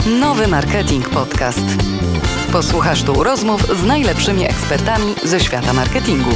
Nowy Marketing Podcast. Posłuchasz tu rozmów z najlepszymi ekspertami ze świata marketingu.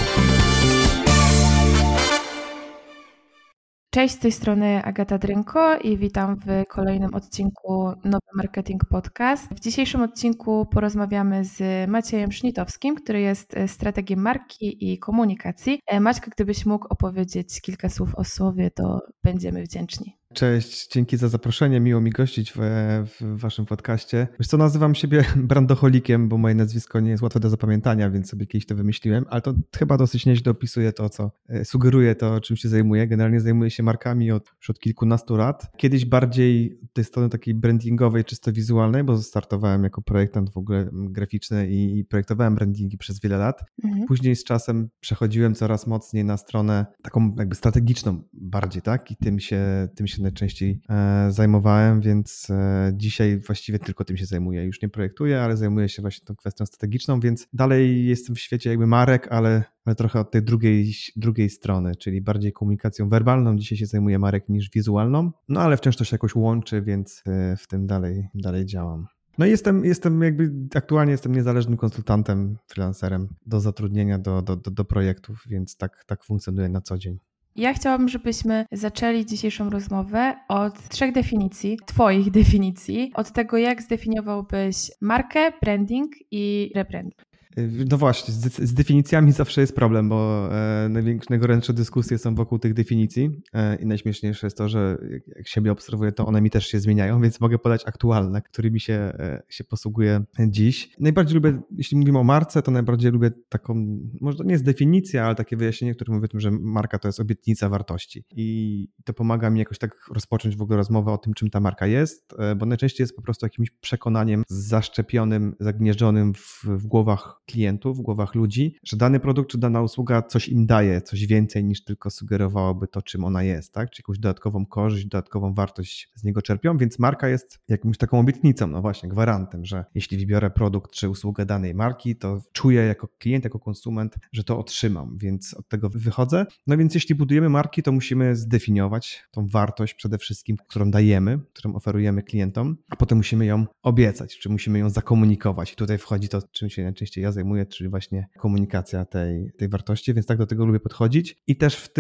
Cześć, z tej strony Agata Drynko i witam w kolejnym odcinku Nowy Marketing Podcast. W dzisiejszym odcinku porozmawiamy z Maciejem Sznitowskim, który jest strategiem marki i komunikacji. Maćka, gdybyś mógł opowiedzieć kilka słów o sobie, to będziemy wdzięczni. Cześć, dzięki za zaproszenie, miło mi gościć w waszym podcaście. Wiesz co, nazywam siebie brandoholikiem, bo moje nazwisko nie jest łatwe do zapamiętania, więc sobie kiedyś to wymyśliłem, ale to chyba dosyć nieźle opisuje to, co sugeruje to, czym się zajmuję. Generalnie zajmuję się markami już od kilkunastu lat. Kiedyś bardziej tej strony takiej brandingowej, czysto wizualnej, bo startowałem jako projektant w ogóle graficzny i projektowałem brandingi przez wiele lat. Później z czasem przechodziłem coraz mocniej na stronę taką jakby strategiczną bardziej, tak? I tym się najczęściej zajmowałem, więc dzisiaj właściwie tylko tym się zajmuję. Już nie projektuję, ale zajmuję się właśnie tą kwestią strategiczną, więc dalej jestem w świecie jakby marek, ale trochę od tej drugiej strony, czyli bardziej komunikacją werbalną. Dzisiaj się zajmuję marek niż wizualną, no ale wciąż to się jakoś łączy, więc w tym dalej działam. No i aktualnie jestem niezależnym konsultantem, freelancerem do zatrudnienia, do projektów, więc tak funkcjonuję na co dzień. Ja chciałabym, żebyśmy zaczęli dzisiejszą rozmowę od 3 definicji, Twoich definicji, od tego, jak zdefiniowałbyś markę, branding i rebranding. No właśnie, z definicjami zawsze jest problem, bo najgorętsze dyskusje są wokół tych definicji i najśmieszniejsze jest to, że jak siebie obserwuję, to one mi też się zmieniają, więc mogę podać aktualne, którymi się posługuję dziś. Najbardziej lubię, jeśli mówimy o marce, to najbardziej lubię taką, może to nie jest definicja, ale takie wyjaśnienie, które mówi o tym, że marka to jest obietnica wartości i to pomaga mi jakoś tak rozpocząć w ogóle rozmowę o tym, czym ta marka jest, bo najczęściej jest po prostu jakimś przekonaniem zaszczepionym, zagnieżdżonym w głowach klientów, w głowach ludzi, że dany produkt czy dana usługa coś im daje, coś więcej niż tylko sugerowałoby to, czym ona jest, tak? Czy jakąś dodatkową korzyść, dodatkową wartość z niego czerpią, więc marka jest jakąś taką obietnicą, no właśnie, gwarantem, że jeśli wybiorę produkt czy usługę danej marki, to czuję jako klient, jako konsument, że to otrzymam, więc od tego wychodzę. No więc jeśli budujemy marki, to musimy zdefiniować tą wartość przede wszystkim, którą dajemy, którą oferujemy klientom, a potem musimy ją obiecać, czy musimy ją zakomunikować. I tutaj wchodzi to, czym się najczęściej ja zajmuję, czyli właśnie komunikacja tej wartości, więc tak do tego lubię podchodzić. I też w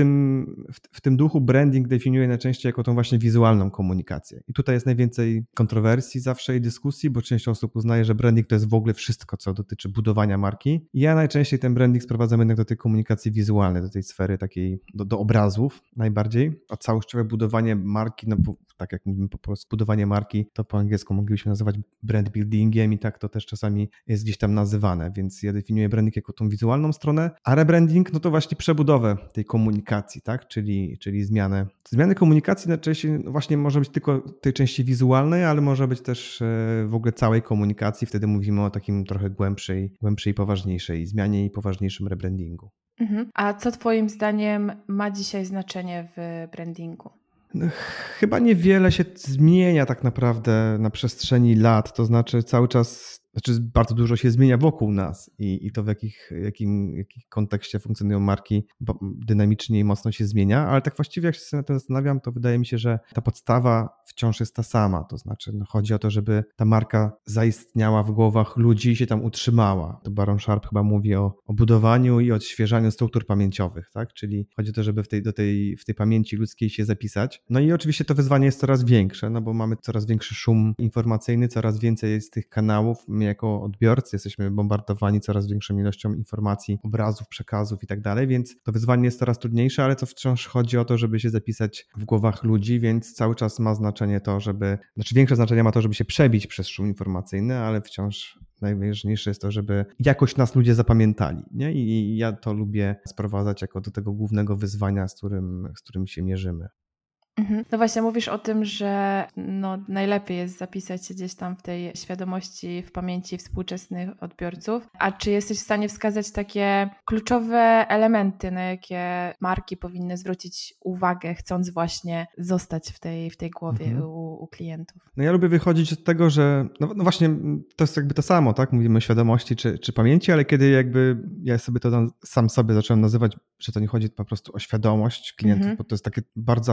tym duchu branding definiuję najczęściej jako tą właśnie wizualną komunikację. I tutaj jest najwięcej kontrowersji zawsze i dyskusji, bo część osób uznaje, że branding to jest w ogóle wszystko, co dotyczy budowania marki. I ja najczęściej ten branding sprowadzam jednak do tej komunikacji wizualnej, do tej sfery takiej, do obrazów najbardziej, a całościowe budowanie marki, no bo tak jak mówimy po polsku, budowanie marki, to po angielsku moglibyśmy nazywać brand buildingiem i tak to też czasami jest gdzieś tam nazywane, więc ja definiuję branding jako tą wizualną stronę, a rebranding no to właśnie przebudowę tej komunikacji, tak, czyli zmianę komunikacji najczęściej właśnie może być tylko tej części wizualnej, ale może być też w ogóle całej komunikacji, wtedy mówimy o takim trochę głębszej i poważniejszej zmianie i poważniejszym rebrandingu. A co Twoim zdaniem ma dzisiaj znaczenie w brandingu? No, chyba niewiele się zmienia tak naprawdę na przestrzeni lat, to znaczy cały czas, bardzo dużo się zmienia wokół nas i to w jakim kontekście funkcjonują marki dynamicznie i mocno się zmienia, ale tak właściwie jak się nad tym zastanawiam, to wydaje mi się, że ta podstawa wciąż jest ta sama, to znaczy chodzi o to, żeby ta marka zaistniała w głowach ludzi i się tam utrzymała. To Baron Sharp chyba mówi o budowaniu i odświeżaniu struktur pamięciowych, tak? Czyli chodzi o to, żeby w tej pamięci ludzkiej się zapisać. No i oczywiście to wyzwanie jest coraz większe, no bo mamy coraz większy szum informacyjny, coraz więcej jest tych kanałów. My jako odbiorcy jesteśmy bombardowani coraz większą ilością informacji, obrazów, przekazów i tak dalej, więc to wyzwanie jest coraz trudniejsze, ale to wciąż chodzi o to, żeby się zapisać w głowach ludzi, więc cały czas ma znaczenie to, większe znaczenie ma to, żeby się przebić przez szum informacyjny, ale wciąż najważniejsze jest to, żeby jakoś nas ludzie zapamiętali, nie? I ja to lubię sprowadzać jako do tego głównego wyzwania, z którym się mierzymy. No właśnie, mówisz o tym, że najlepiej jest zapisać się gdzieś tam w tej świadomości, w pamięci współczesnych odbiorców. A czy jesteś w stanie wskazać takie kluczowe elementy, na jakie marki powinny zwrócić uwagę, chcąc właśnie zostać w tej głowie u klientów? No ja lubię wychodzić od tego, że no właśnie to jest jakby to samo, tak? Mówimy o świadomości czy pamięci, ale kiedy jakby ja sobie sam sobie zacząłem nazywać, że to nie chodzi po prostu o świadomość klientów, bo to jest takie bardzo abstrakcyjne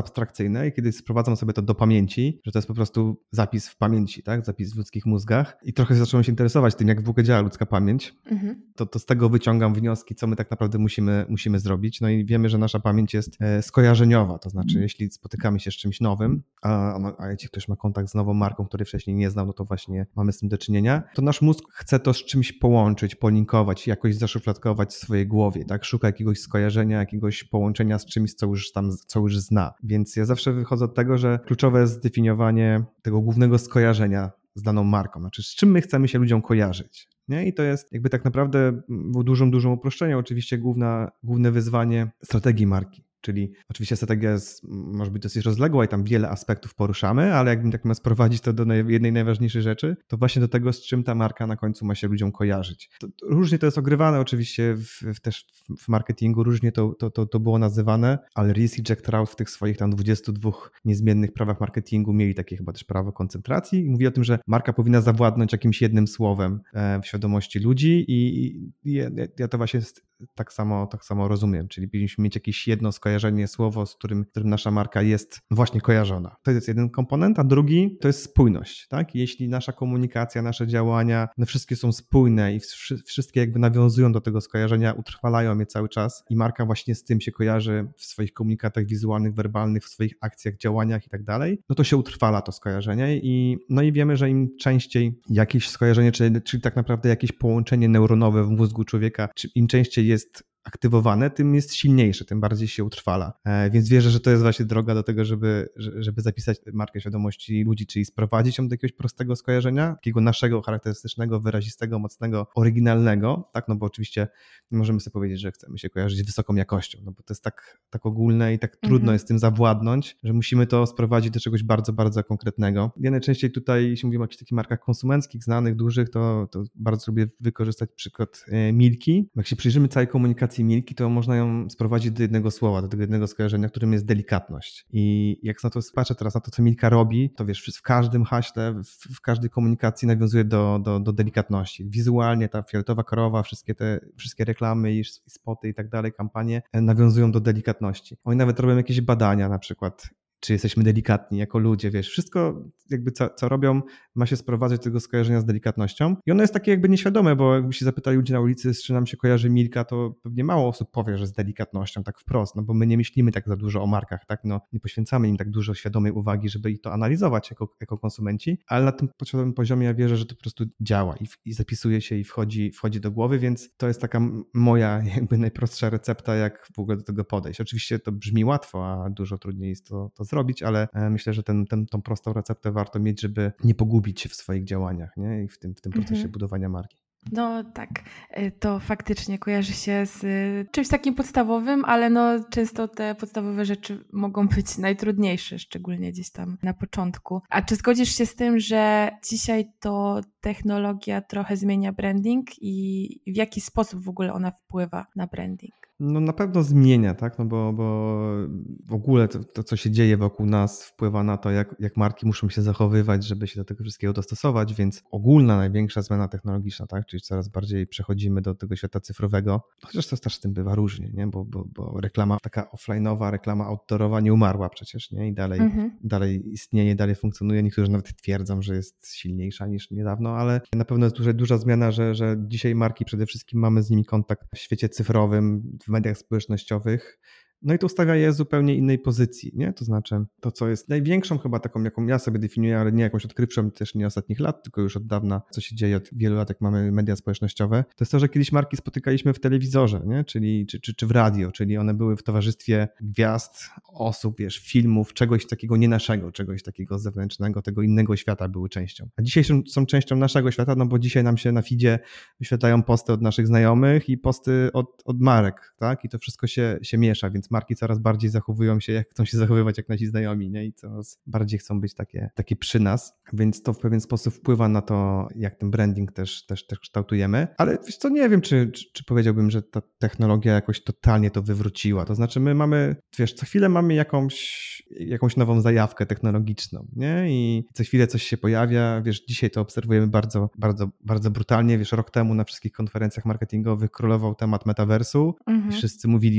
komunikacyjne i kiedy sprowadzam sobie to do pamięci, że to jest po prostu zapis w pamięci, tak? Zapis w ludzkich mózgach i trochę zacząłem się interesować tym, jak w ogóle działa ludzka pamięć, to z tego wyciągam wnioski, co my tak naprawdę musimy zrobić. No i wiemy, że nasza pamięć jest skojarzeniowa, to znaczy jeśli spotykamy się z czymś nowym, a jeśli ktoś ma kontakt z nową marką, której wcześniej nie znał, no to właśnie mamy z tym do czynienia, to nasz mózg chce to z czymś połączyć, polinkować, jakoś zaszufladkować w swojej głowie, tak? Szuka jakiegoś skojarzenia, jakiegoś połączenia z czymś, co już zna. Więc ja zawsze wychodzę od tego, że kluczowe jest zdefiniowanie tego głównego skojarzenia z daną marką, znaczy z czym my chcemy się ludziom kojarzyć. Nie? I to jest jakby tak naprawdę w dużym uproszczeniu oczywiście główne wyzwanie strategii marki. Czyli oczywiście strategia może być dosyć rozległa i tam wiele aspektów poruszamy, ale jakbym tak miał sprowadzić to do jednej najważniejszej rzeczy, to właśnie do tego, z czym ta marka na końcu ma się ludziom kojarzyć. Różnie to jest ogrywane oczywiście też w marketingu, różnie to było nazywane, ale Ries i Jack Trout w tych swoich tam 22 niezmiennych prawach marketingu mieli takie chyba też prawo koncentracji i mówi o tym, że marka powinna zawładnąć jakimś jednym słowem w świadomości ludzi i ja to właśnie tak samo rozumiem, czyli powinniśmy mieć jakieś jedno skojarzenie, słowo, z którym nasza marka jest właśnie kojarzona. To jest jeden komponent, a drugi to jest spójność, tak? Jeśli nasza komunikacja, nasze działania, one wszystkie są spójne i wszystkie jakby nawiązują do tego skojarzenia, utrwalają je cały czas i marka właśnie z tym się kojarzy w swoich komunikatach wizualnych, werbalnych, w swoich akcjach, działaniach i tak dalej, no to się utrwala to skojarzenie i wiemy, że im częściej jakieś skojarzenie, czyli tak naprawdę jakieś połączenie neuronowe w mózgu człowieka, im częściej jest aktywowane, tym jest silniejsze, tym bardziej się utrwala. Więc wierzę, że to jest właśnie droga do tego, żeby zapisać markę świadomości ludzi, czyli sprowadzić ją do jakiegoś prostego skojarzenia, takiego naszego, charakterystycznego, wyrazistego, mocnego, oryginalnego, tak, no bo oczywiście nie możemy sobie powiedzieć, że chcemy się kojarzyć wysoką jakością, no bo to jest tak ogólne i tak trudno jest tym zawładnąć, że musimy to sprowadzić do czegoś bardzo, bardzo konkretnego. Ja najczęściej tutaj, jeśli mówimy o jakichś takich markach konsumenckich, znanych, dużych, to bardzo lubię wykorzystać przykład Milki. Jak się przyjrzymy całej komunikacji Milki, to można ją sprowadzić do jednego słowa, do tego jednego skojarzenia, którym jest delikatność. I jak na to patrzę teraz na to, co Milka robi, to wiesz, w każdym haśle, w każdej komunikacji nawiązuje do delikatności. Wizualnie ta fioletowa korowa, wszystkie reklamy i spoty i tak dalej, kampanie nawiązują do delikatności. Oni nawet robią jakieś badania, na przykład czy jesteśmy delikatni jako ludzie, wiesz, wszystko jakby co robią ma się sprowadzać do tego skojarzenia z delikatnością i ono jest takie jakby nieświadome, bo jakby się zapytali ludzi na ulicy, z czym nam się kojarzy Milka, to pewnie mało osób powie, że z delikatnością tak wprost, no bo my nie myślimy tak za dużo o markach, tak, no nie poświęcamy im tak dużo świadomej uwagi, żeby ich to analizować jako konsumenci, ale na tym podstawowym poziomie ja wierzę, że to po prostu działa i zapisuje się i wchodzi do głowy, więc to jest taka moja jakby najprostsza recepta, jak w ogóle do tego podejść. Oczywiście to brzmi łatwo, a dużo trudniej jest to zrobić, ale myślę, że tą prostą receptę warto mieć, żeby nie pogubić się w swoich działaniach, nie? I w tym procesie budowania marki. No tak, to faktycznie kojarzy się z czymś takim podstawowym, ale no często te podstawowe rzeczy mogą być najtrudniejsze, szczególnie gdzieś tam na początku. A czy zgodzisz się z tym, że dzisiaj to technologia trochę zmienia branding i w jaki sposób w ogóle ona wpływa na branding? No na pewno zmienia, tak, no bo w ogóle to, co się dzieje wokół nas wpływa na to, jak marki muszą się zachowywać, żeby się do tego wszystkiego dostosować, więc ogólna, największa zmiana technologiczna, tak, czyli coraz bardziej przechodzimy do tego świata cyfrowego, chociaż to też z tym bywa różnie, nie, bo reklama taka offline'owa, reklama outdoorowa nie umarła przecież, nie, i dalej istnieje, dalej funkcjonuje, niektórzy nawet twierdzą, że jest silniejsza niż niedawno, ale na pewno jest duża zmiana, że dzisiaj marki przede wszystkim mamy z nimi kontakt w świecie cyfrowym, w mediach społecznościowych, no i to stawia je w zupełnie innej pozycji, nie? To znaczy to, co jest największą chyba taką, jaką ja sobie definiuję, ale nie jakąś odkrywczą też nie ostatnich lat, tylko już od dawna, co się dzieje od wielu lat, jak mamy media społecznościowe, to jest to, że kiedyś marki spotykaliśmy w telewizorze, nie? Czyli czy w radio, czyli one były w towarzystwie gwiazd, osób, wiesz, filmów, czegoś takiego nie naszego, czegoś takiego zewnętrznego, tego innego świata były częścią. A dzisiaj są częścią naszego świata, no bo dzisiaj nam się na feedzie wyświetlają posty od naszych znajomych i posty od marek, tak? I to wszystko się miesza, więc marki coraz bardziej zachowują się, jak chcą się zachowywać jak nasi znajomi, nie? I coraz bardziej chcą być takie przy nas, więc to w pewien sposób wpływa na to, jak ten branding też kształtujemy, ale wiesz co, nie wiem, czy powiedziałbym, że ta technologia jakoś totalnie to wywróciła, to znaczy my mamy, wiesz, co chwilę mamy jakąś nową zajawkę technologiczną, nie? I co chwilę coś się pojawia, wiesz, dzisiaj to obserwujemy bardzo, bardzo, bardzo brutalnie, wiesz, rok temu na wszystkich konferencjach marketingowych królował temat metaversu i wszyscy mówili, że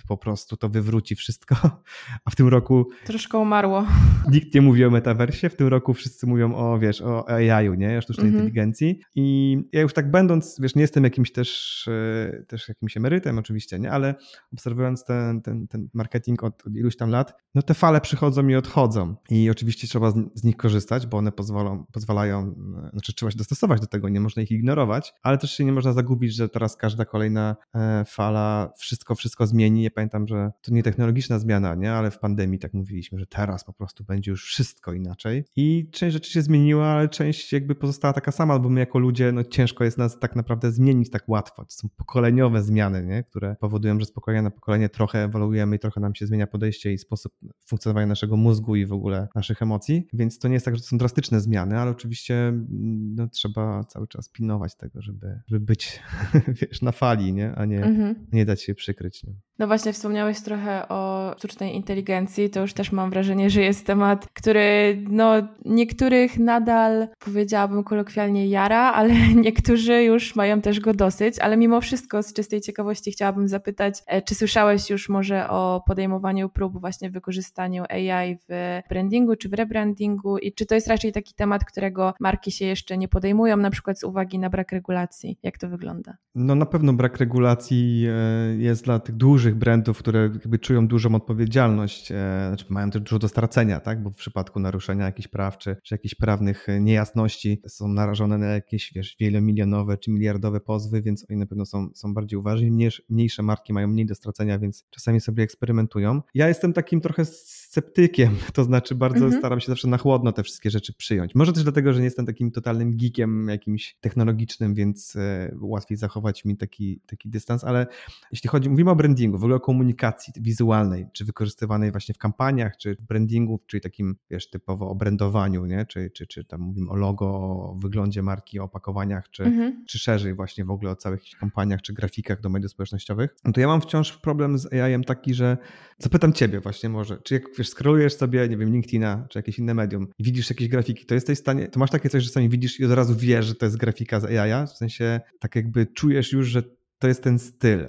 po prostu to wywróci wszystko, a w tym roku troszkę umarło. Nikt nie mówi o metaversie, w tym roku wszyscy mówią o AI-u, nie? O sztucznej inteligencji i ja już tak będąc, nie jestem jakimś też jakimś emerytem oczywiście, nie? Ale obserwując ten marketing od iluś tam lat, no te fale przychodzą i odchodzą i oczywiście trzeba z nich korzystać, bo one pozwalają, znaczy trzeba się dostosować do tego, nie można ich ignorować, ale też się nie można zagubić, że teraz każda kolejna fala wszystko zmieni. Ja pamiętam, że to nie technologiczna zmiana, nie? Ale w pandemii tak mówiliśmy, że teraz po prostu będzie już wszystko inaczej i część rzeczy się zmieniła, ale część jakby pozostała taka sama, bo my jako ludzie, no ciężko jest nas tak naprawdę zmienić tak łatwo. To są pokoleniowe zmiany, nie? Które powodują, że z pokolenia na pokolenie trochę ewoluujemy i trochę nam się zmienia podejście i sposób funkcjonowania naszego mózgu i w ogóle naszych emocji, więc to nie jest tak, że to są drastyczne zmiany, ale oczywiście no, trzeba cały czas pilnować tego, żeby być na fali, nie? A nie dać się przykryć. Nie? No właśnie wspomniałeś trochę o sztucznej inteligencji, to już też mam wrażenie, że jest temat, który no niektórych nadal, powiedziałabym kolokwialnie, jara, ale niektórzy już mają też go dosyć, ale mimo wszystko z czystej ciekawości chciałabym zapytać, czy słyszałeś już może o podejmowaniu prób właśnie w wykorzystaniu AI w brandingu czy w rebrandingu i czy to jest raczej taki temat, którego marki się jeszcze nie podejmują, na przykład z uwagi na brak regulacji? Jak to wygląda? No na pewno brak regulacji jest dla tych dużych brandów, które jakby czują dużą odpowiedzialność, znaczy mają też dużo do stracenia, tak? Bo w przypadku naruszenia jakichś praw czy jakichś prawnych niejasności są narażone na jakieś wielomilionowe czy miliardowe pozwy, więc oni na pewno są bardziej uważni. Mniejsze marki mają mniej do stracenia, więc czasami sobie eksperymentują. Ja jestem takim trochę sceptykiem, to znaczy bardzo staram się zawsze na chłodno te wszystkie rzeczy przyjąć. Może też dlatego, że nie jestem takim totalnym geekiem jakimś technologicznym, więc łatwiej zachować mi taki dystans, ale jeśli mówimy o brandingu, w ogóle o komunikacji wizualnej, czy wykorzystywanej właśnie w kampaniach, czy w brandingu, czyli takim, typowo o brandowaniu, nie? Czy tam mówimy o logo, o wyglądzie marki, o opakowaniach, czy szerzej właśnie w ogóle o całych kampaniach, czy grafikach do mediów społecznościowych, no to ja mam wciąż problem z AI-em taki, że zapytam ciebie właśnie może, czy jak scrollujesz sobie, nie wiem, LinkedIna, czy jakieś inne medium i widzisz jakieś grafiki, to jesteś w stanie, to masz takie coś, że sami widzisz i od razu wiesz, że to jest grafika z AI-a, w sensie tak jakby czujesz już, że to jest ten styl.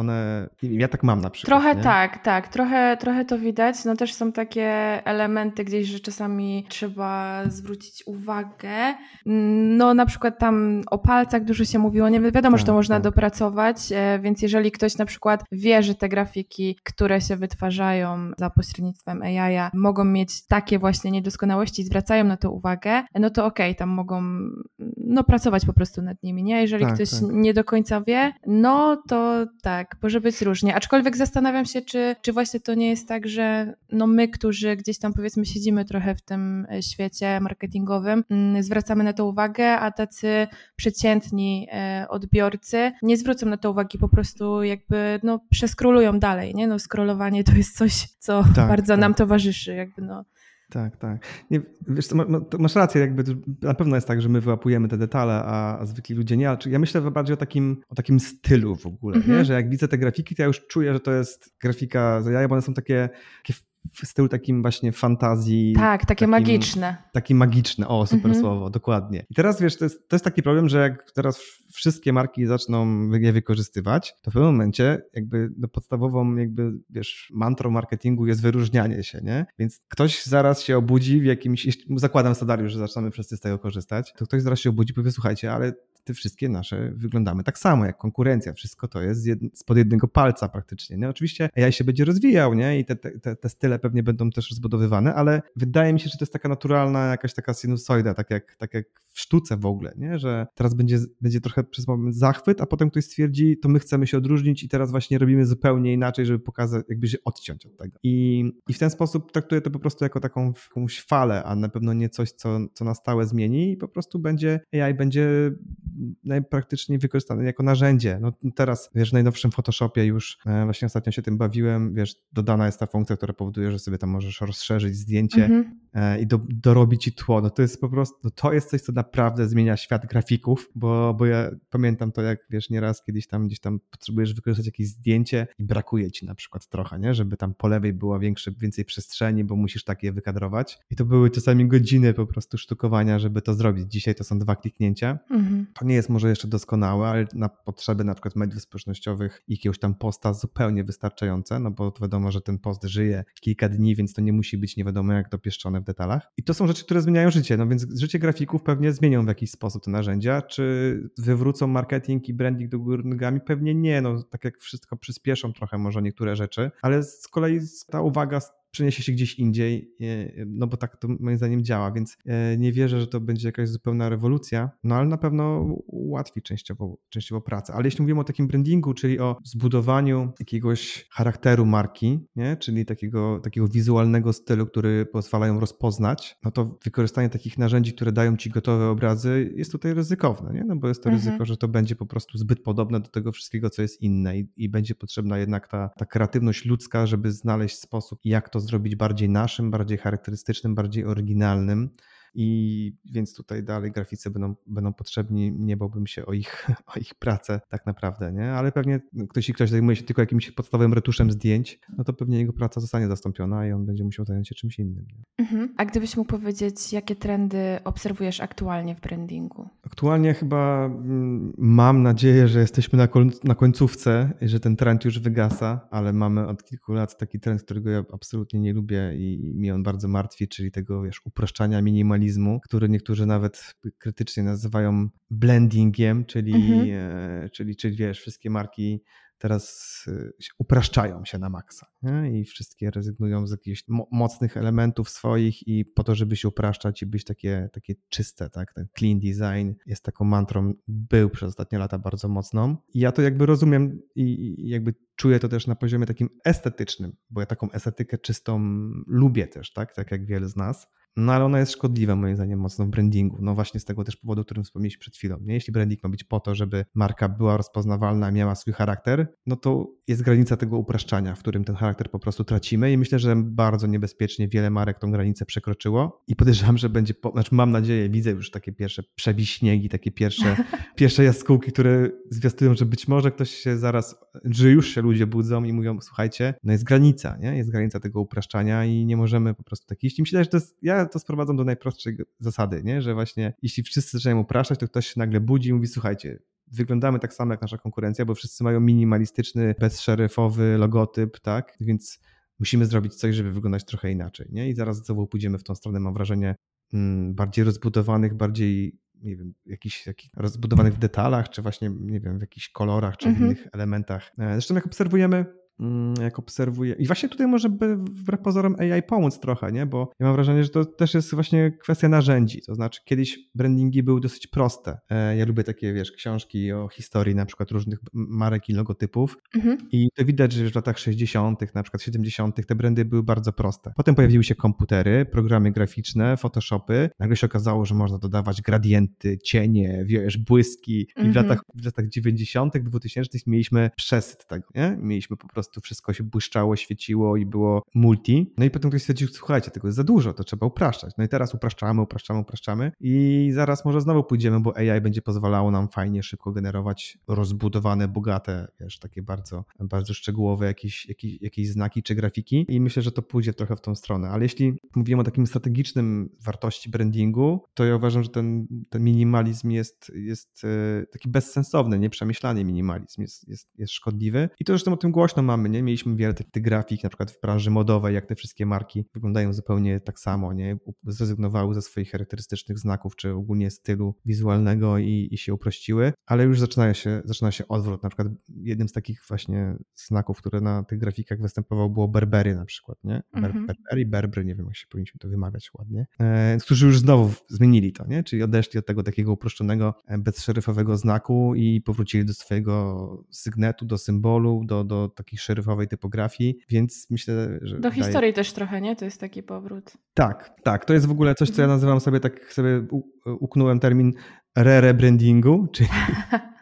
Ja tak mam na przykład. Trochę nie? tak. Trochę to widać. No też są takie elementy gdzieś, że czasami trzeba zwrócić uwagę. No na przykład tam o palcach dużo się mówiło. Nie wiadomo, że to można dopracować, więc jeżeli ktoś na przykład wie, że te grafiki, które się wytwarzają za pośrednictwem AI mogą mieć takie właśnie niedoskonałości i zwracają na to uwagę, no to okej, tam mogą pracować po prostu nad nimi, nie? Jeżeli ktoś nie do końca wie, no to tak, może być różnie. Aczkolwiek zastanawiam się, czy właśnie to nie jest tak, że my, którzy gdzieś tam powiedzmy siedzimy trochę w tym świecie marketingowym, zwracamy na to uwagę, a tacy przeciętni odbiorcy nie zwrócą na to uwagi, po prostu jakby przeskrolują dalej, nie? Scrollowanie to jest coś, co bardzo nam towarzyszy, jakby Tak. Nie, wiesz co, masz rację, jakby na pewno jest tak, że my wyłapujemy te detale, a zwykli ludzie nie, ale ja myślę bardziej o takim stylu w ogóle, nie? Że jak widzę te grafiki, to ja już czuję, że to jest grafika z AI, bo one są takie w stylu takim właśnie fantazji. Tak, takie magiczne. Takie magiczne, super słowo, dokładnie. I teraz wiesz, to jest taki problem, że jak teraz wszystkie marki zaczną je wykorzystywać, to w pewnym momencie jakby podstawową mantrą marketingu jest wyróżnianie się, nie? Więc ktoś zaraz się obudzi w jakimś, zakładam scenariusz, że zaczynamy wszyscy z tego korzystać, to ktoś zaraz się obudzi i powie, słuchajcie, ale te wszystkie nasze wyglądamy tak samo jak konkurencja. Wszystko to jest spod jednego palca praktycznie. Nie? Oczywiście AI się będzie rozwijał, nie? I te style pewnie będą też rozbudowywane, ale wydaje mi się, że to jest taka naturalna jakaś taka sinusoida, tak jak w sztuce w ogóle, nie? Że teraz będzie trochę przez moment zachwyt, a potem ktoś stwierdzi, to my chcemy się odróżnić i teraz właśnie robimy zupełnie inaczej, żeby pokazać, jakby się odciąć od tego. I w ten sposób traktuję to po prostu jako taką jakąś falę, a na pewno nie coś, co na stałe zmieni i po prostu AI będzie najpraktyczniej wykorzystane jako narzędzie. No teraz, w najnowszym Photoshopie już właśnie ostatnio się tym bawiłem, dodana jest ta funkcja, która powoduje, że sobie tam możesz rozszerzyć zdjęcie i dorobi ci tło. No to jest po prostu, no to jest coś, co naprawdę zmienia świat grafików, bo ja pamiętam to, jak wiesz, nieraz gdzieś tam potrzebujesz wykorzystać jakieś zdjęcie i brakuje ci na przykład trochę, nie? Żeby tam po lewej było więcej przestrzeni, bo musisz tak je wykadrować. I to były czasami godziny po prostu sztukowania, żeby to zrobić. Dzisiaj to są 2 kliknięcia. To nie jest może jeszcze doskonałe, ale na potrzeby na przykład mediów społecznościowych i jakiegoś tam posta zupełnie wystarczające, no bo to wiadomo, że ten post żyje kilka dni, więc to nie musi być nie wiadomo jak dopieszczone w detalach. I to są rzeczy, które zmieniają życie, no więc życie grafików pewnie zmienią w jakiś sposób te narzędzia. Czy wywrócą marketing i branding do góry nogami? Pewnie nie, no tak jak wszystko przyspieszą trochę może niektóre rzeczy, ale z kolei ta uwaga przeniesie się gdzieś indziej, no bo tak to moim zdaniem działa, więc nie wierzę, że to będzie jakaś zupełna rewolucja, no ale na pewno ułatwi częściowo pracę. Ale jeśli mówimy o takim brandingu, czyli o zbudowaniu jakiegoś charakteru marki, nie? Czyli takiego wizualnego stylu, który pozwala ją rozpoznać, no to wykorzystanie takich narzędzi, które dają ci gotowe obrazy, jest tutaj ryzykowne, nie? No bo jest to ryzyko, że to będzie po prostu zbyt podobne do tego wszystkiego, co jest inne i będzie potrzebna jednak ta kreatywność ludzka, żeby znaleźć sposób, jak to zrobić bardziej naszym, bardziej charakterystycznym, bardziej oryginalnym. I więc tutaj dalej graficy będą potrzebni, nie bałbym się o ich pracę tak naprawdę, nie? Ale pewnie jeśli ktoś zajmuje się tylko jakimś podstawowym retuszem zdjęć, no to pewnie jego praca zostanie zastąpiona i on będzie musiał zająć się czymś innym. Nie? A gdybyś mógł powiedzieć, jakie trendy obserwujesz aktualnie w brandingu? Aktualnie chyba mam nadzieję, że jesteśmy na końcówce i że ten trend już wygasa, ale mamy od kilku lat taki trend, którego ja absolutnie nie lubię i mnie on bardzo martwi, czyli tego, upraszczania, minimalizmu, który niektórzy nawet krytycznie nazywają blendingiem, czyli wiesz, wszystkie marki teraz upraszczają się na maksa, nie? I wszystkie rezygnują z jakichś mocnych elementów swoich i po to, żeby się upraszczać i być takie czyste, tak? Ten clean design jest taką mantrą, był przez ostatnie lata bardzo mocną i ja to jakby rozumiem i jakby czuję to też na poziomie takim estetycznym, bo ja taką estetykę czystą lubię też, tak jak wiele z nas. No ale ona jest szkodliwa moim zdaniem mocno w brandingu. No właśnie z tego też powodu, o którym wspomnieliśmy przed chwilą. Nie? Jeśli branding ma być po to, żeby marka była rozpoznawalna, miała swój charakter, no to jest granica tego upraszczania, w którym ten charakter po prostu tracimy i myślę, że bardzo niebezpiecznie wiele marek tą granicę przekroczyło i podejrzewam, że będzie, mam nadzieję, widzę już takie pierwsze przebiśniegi, takie pierwsze jaskółki, które zwiastują, że być może ktoś się zaraz, że już się ludzie budzą i mówią, słuchajcie, no jest granica, nie? Jest granica tego upraszczania i nie możemy po prostu tak iść. I myślę, że ja to sprowadzam do najprostszej zasady, nie? Że właśnie jeśli wszyscy zaczynają upraszczać, to ktoś się nagle budzi i mówi, słuchajcie, wyglądamy tak samo jak nasza konkurencja, bo wszyscy mają minimalistyczny, bezszeryfowy logotyp, tak? Więc musimy zrobić coś, żeby wyglądać trochę inaczej, nie? I zaraz znowu pójdziemy w tą stronę, mam wrażenie, bardziej rozbudowanych, bardziej, nie wiem, jakichś rozbudowanych w detalach, czy właśnie, nie wiem, w jakichś kolorach, czy w innych elementach. Zresztą jak obserwuję, i właśnie tutaj może wbrew pozorom AI pomóc trochę, nie? Bo ja mam wrażenie, że to też jest właśnie kwestia narzędzi, to znaczy kiedyś brandingi były dosyć proste. Ja lubię takie, wiesz, książki o historii na przykład różnych marek i logotypów i to widać, że w latach 60., na przykład 70. te brandy były bardzo proste. Potem pojawiły się komputery, programy graficzne, Photoshopy, nagle się okazało, że można dodawać gradienty, cienie, wiesz, błyski i w latach 90., 2000 mieliśmy przesyt tego, nie? Mieliśmy po prostu wszystko się błyszczało, świeciło i było multi. No i potem ktoś stwierdził, słuchajcie, tego jest za dużo, to trzeba upraszczać. No i teraz upraszczamy i zaraz może znowu pójdziemy, bo AI będzie pozwalało nam fajnie, szybko generować rozbudowane, bogate, wiesz, takie bardzo, bardzo szczegółowe jakieś znaki czy grafiki i myślę, że to pójdzie trochę w tą stronę. Ale jeśli mówimy o takim strategicznym wartości brandingu, to ja uważam, że ten minimalizm jest taki bezsensowny, nieprzemyślany minimalizm jest szkodliwy i to zresztą o tym głośno mamy, nie? Mieliśmy wiele tych grafik, na przykład w branży modowej, jak te wszystkie marki wyglądają zupełnie tak samo, nie? Zrezygnowały ze swoich charakterystycznych znaków, czy ogólnie stylu wizualnego i się uprościły, ale już zaczyna się odwrót. Na przykład jednym z takich właśnie znaków, które na tych grafikach występował, było Burberry na przykład, nie? Burberry, nie wiem jak się powinniśmy to wymawiać ładnie, którzy już znowu zmienili to, nie? Czyli odeszli od tego takiego uproszczonego, bezszeryfowego znaku i powrócili do swojego sygnetu, do symbolu, do takiej szeryfowej typografii, więc myślę, że... Do historii też trochę, nie? To jest taki powrót. Tak. To jest w ogóle coś, co ja nazywam sobie, tak sobie uknąłem termin re-brandingu,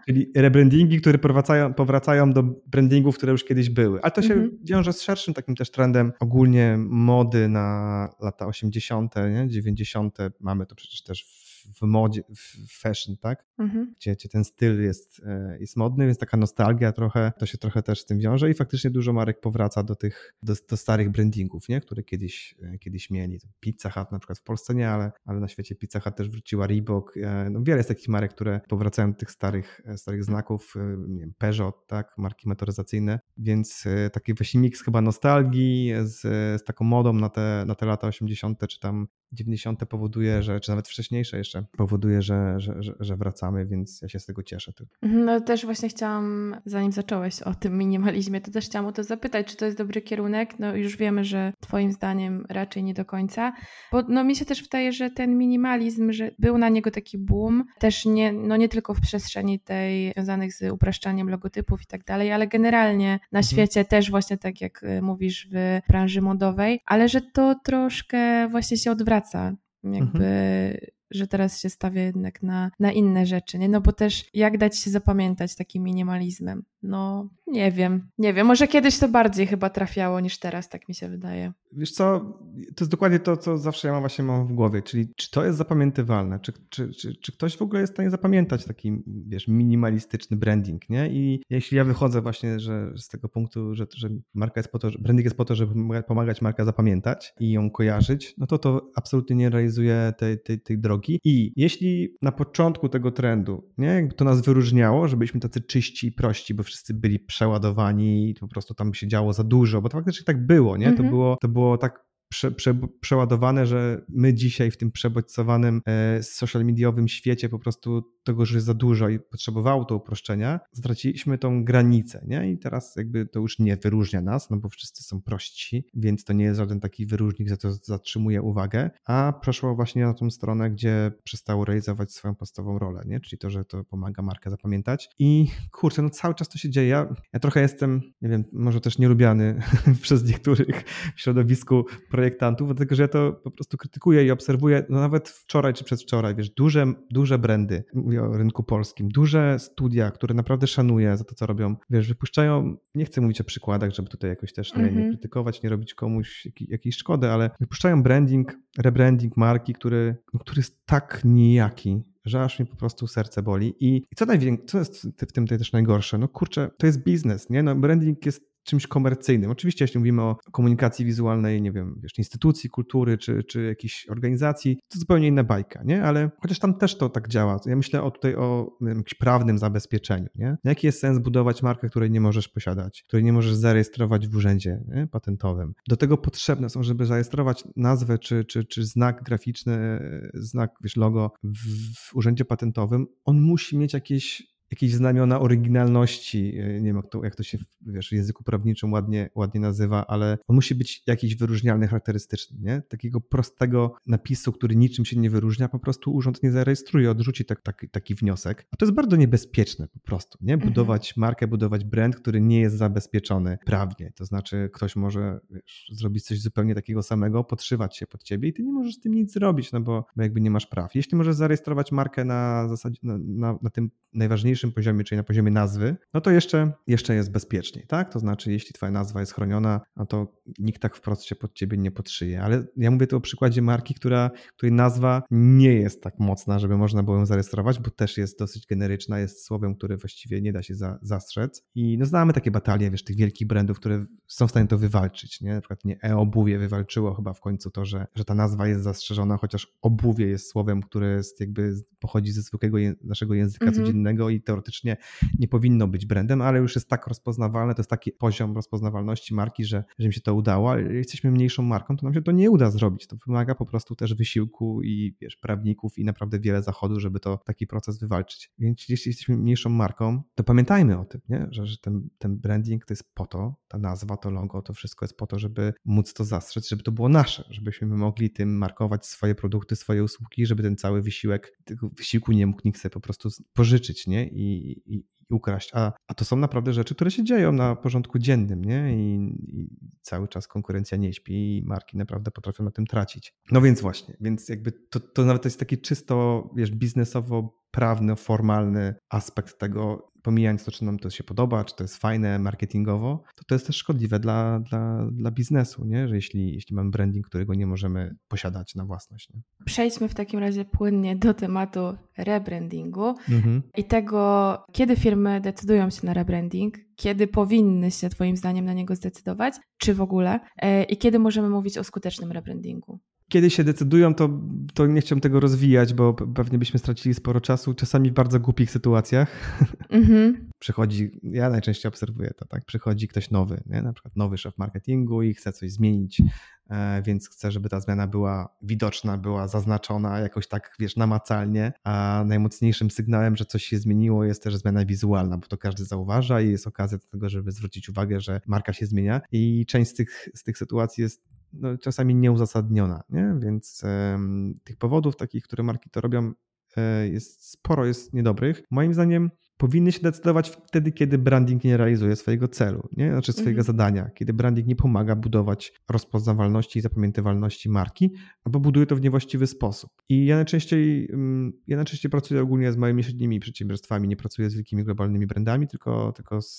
Czyli rebrandingi, które powracają do brandingów, które już kiedyś były. Ale to się wiąże z szerszym takim też trendem ogólnie mody na lata 80., nie? 90. Mamy to przecież też w modzie, w fashion, tak? Gdzie ten styl jest modny, więc taka nostalgia trochę, to się trochę też z tym wiąże i faktycznie dużo marek powraca do starych brandingów, nie? Które kiedyś mieli. Pizza Hut na przykład w Polsce nie, ale na świecie Pizza Hut też wróciła, Reebok. No wiele jest takich marek, które powracają do tych starych znaków, nie wiem, Peugeot, tak? Marki motoryzacyjne, więc taki właśnie miks chyba nostalgii z taką modą na te lata 80. czy tam 90. powoduje, czy nawet wcześniejsze jeszcze, powoduje, że wracamy, więc ja się z tego cieszę. No też właśnie chciałam, zanim zacząłeś o tym minimalizmie, to też chciałam o to zapytać, czy to jest dobry kierunek? No już wiemy, że twoim zdaniem raczej nie do końca, bo no mi się też wydaje, że ten minimalizm, że był na niego taki boom, też nie tylko w przestrzeni tej związanych z upraszczaniem logotypów i tak dalej, ale generalnie na świecie też właśnie tak jak mówisz w branży modowej, ale że to troszkę właśnie się odwraca, jakby, że teraz się stawia jednak na inne rzeczy, nie? No bo też jak dać się zapamiętać takim minimalizmem? No nie wiem, może kiedyś to bardziej chyba trafiało niż teraz, tak mi się wydaje. Wiesz co, to jest dokładnie to, co zawsze ja mam w głowie, czyli czy to jest zapamiętywalne, czy ktoś w ogóle jest w stanie zapamiętać taki, wiesz, minimalistyczny branding, nie? I jeśli ja wychodzę właśnie, że z tego punktu, że marka jest po to, że branding jest po to, żeby pomagać markę zapamiętać i ją kojarzyć, no to absolutnie nie realizuje tej drogi. I jeśli na początku tego trendu, nie, jakby to nas wyróżniało, że byliśmy tacy czyści i prości, bo wszyscy byli przeładowani i po prostu tam się działo za dużo, bo to faktycznie tak było, nie? To było tak przeładowane, że my dzisiaj w tym przebodźcowanym social mediowym świecie po prostu tego już jest za dużo i potrzebowało to uproszczenia, straciliśmy tą granicę, nie? I teraz jakby to już nie wyróżnia nas, no bo wszyscy są prości, więc to nie jest żaden taki wyróżnik, za to zatrzymuje uwagę, a przeszło właśnie na tą stronę, gdzie przestało realizować swoją podstawową rolę, nie? Czyli to, że to pomaga markę zapamiętać i kurczę, no cały czas to się dzieje. Ja trochę jestem, nie wiem, może też nielubiany przez niektórych w środowisku projektantów, dlatego że ja to po prostu krytykuję i obserwuję, no nawet wczoraj czy przedwczoraj, wiesz, duże brandy, mówię o rynku polskim, duże studia, które naprawdę szanuję za to, co robią, wiesz, wypuszczają, nie chcę mówić o przykładach, żeby tutaj jakoś też nie krytykować, nie robić komuś jakiejś szkody, ale wypuszczają rebranding marki, który jest tak nijaki, że aż mi po prostu serce boli. I co jest w tym też najgorsze? No kurczę, to jest biznes, nie? No branding jest czymś komercyjnym. Oczywiście jeśli mówimy o komunikacji wizualnej, nie wiem, wiesz, instytucji kultury czy jakiejś organizacji, to zupełnie inna bajka, nie? Ale chociaż tam też to tak działa. Ja myślę tutaj o jakimś prawnym zabezpieczeniu, nie? Jaki jest sens budować markę, której nie możesz posiadać, której nie możesz zarejestrować w urzędzie, nie? Patentowym. Do tego potrzebne są, żeby zarejestrować nazwę czy znak graficzny, znak, wiesz, logo w urzędzie patentowym, on musi mieć jakieś znamiona oryginalności, nie wiem jak to się, wiesz, w języku prawniczym ładnie nazywa, ale on musi być jakiś wyróżnialny, charakterystyczny, nie? Takiego prostego napisu, który niczym się nie wyróżnia, po prostu urząd nie zarejestruje, odrzuci taki wniosek. A to jest bardzo niebezpieczne po prostu, nie? Budować markę, budować brand, który nie jest zabezpieczony prawnie. To znaczy ktoś może, wiesz, zrobić coś zupełnie takiego samego, podszywać się pod ciebie i ty nie możesz z tym nic zrobić, no bo jakby nie masz praw. Jeśli możesz zarejestrować markę na zasadzie, na tym najważniejszym poziomie, czyli na poziomie nazwy, no to jeszcze jest bezpieczniej, tak? To znaczy, jeśli twoja nazwa jest chroniona, no to nikt tak wprost się pod ciebie nie podszyje. Ale ja mówię tu o przykładzie marki, której nazwa nie jest tak mocna, żeby można było ją zarejestrować, bo też jest dosyć generyczna, jest słowem, które właściwie nie da się zastrzec. I no znamy takie batalie, wiesz, tych wielkich brandów, które są w stanie to wywalczyć, nie? Na przykład obuwie wywalczyło chyba w końcu to, że ta nazwa jest zastrzeżona, chociaż obuwie jest słowem, które jest jakby pochodzi ze zwykłego naszego języka codziennego i teoretycznie nie powinno być brandem, ale już jest tak rozpoznawalne, to jest taki poziom rozpoznawalności marki, że mi się to udało, ale jeśli jesteśmy mniejszą marką, to nam się to nie uda zrobić. To wymaga po prostu też wysiłku i, wiesz, prawników i naprawdę wiele zachodu, żeby taki proces wywalczyć. Więc jeśli jesteśmy mniejszą marką, to pamiętajmy o tym, nie? Że ten branding to jest po to, ta nazwa, to logo, to wszystko jest po to, żeby móc to zastrzec, żeby to było nasze, żebyśmy mogli tym markować swoje produkty, swoje usługi, żeby ten cały wysiłek, tego wysiłku nie mógł nikt sobie po prostu pożyczyć, nie? I ukraść. A to są naprawdę rzeczy, które się dzieją na porządku dziennym, nie? I cały czas konkurencja nie śpi i marki naprawdę potrafią na tym tracić. No więc właśnie, więc jakby to nawet jest takie czysto, wiesz, biznesowo prawny, formalny aspekt tego, pomijając to, czy nam to się podoba, czy to jest fajne marketingowo, to jest też szkodliwe dla biznesu, nie? Że jeśli mamy branding, którego nie możemy posiadać na własność. Nie? Przejdźmy w takim razie płynnie do tematu rebrandingu i tego, kiedy firmy decydują się na rebranding, kiedy powinny się twoim zdaniem na niego zdecydować, czy w ogóle, i kiedy możemy mówić o skutecznym rebrandingu. Kiedy się decydują, to nie chciałbym tego rozwijać, bo pewnie byśmy stracili sporo czasu, czasami w bardzo głupich sytuacjach. Przychodzi, ja najczęściej obserwuję to, tak? Przychodzi ktoś nowy, nie? Na przykład nowy szef marketingu i chce coś zmienić, więc chce, żeby ta zmiana była widoczna, była zaznaczona jakoś tak, namacalnie, a najmocniejszym sygnałem, że coś się zmieniło, jest też zmiana wizualna, bo to każdy zauważa i jest okazja do tego, żeby zwrócić uwagę, że marka się zmienia i część z tych sytuacji jest czasami nieuzasadniona, nie? Więc tych powodów takich, które marki to robią, jest sporo, jest niedobrych. Moim zdaniem powinny się decydować wtedy, kiedy branding nie realizuje swojego celu, nie? Znaczy swojego zadania, kiedy branding nie pomaga budować rozpoznawalności i zapamiętywalności marki, albo buduje to w niewłaściwy sposób. I ja najczęściej pracuję ogólnie z małymi, średnimi przedsiębiorstwami, nie pracuję z wielkimi globalnymi brandami, tylko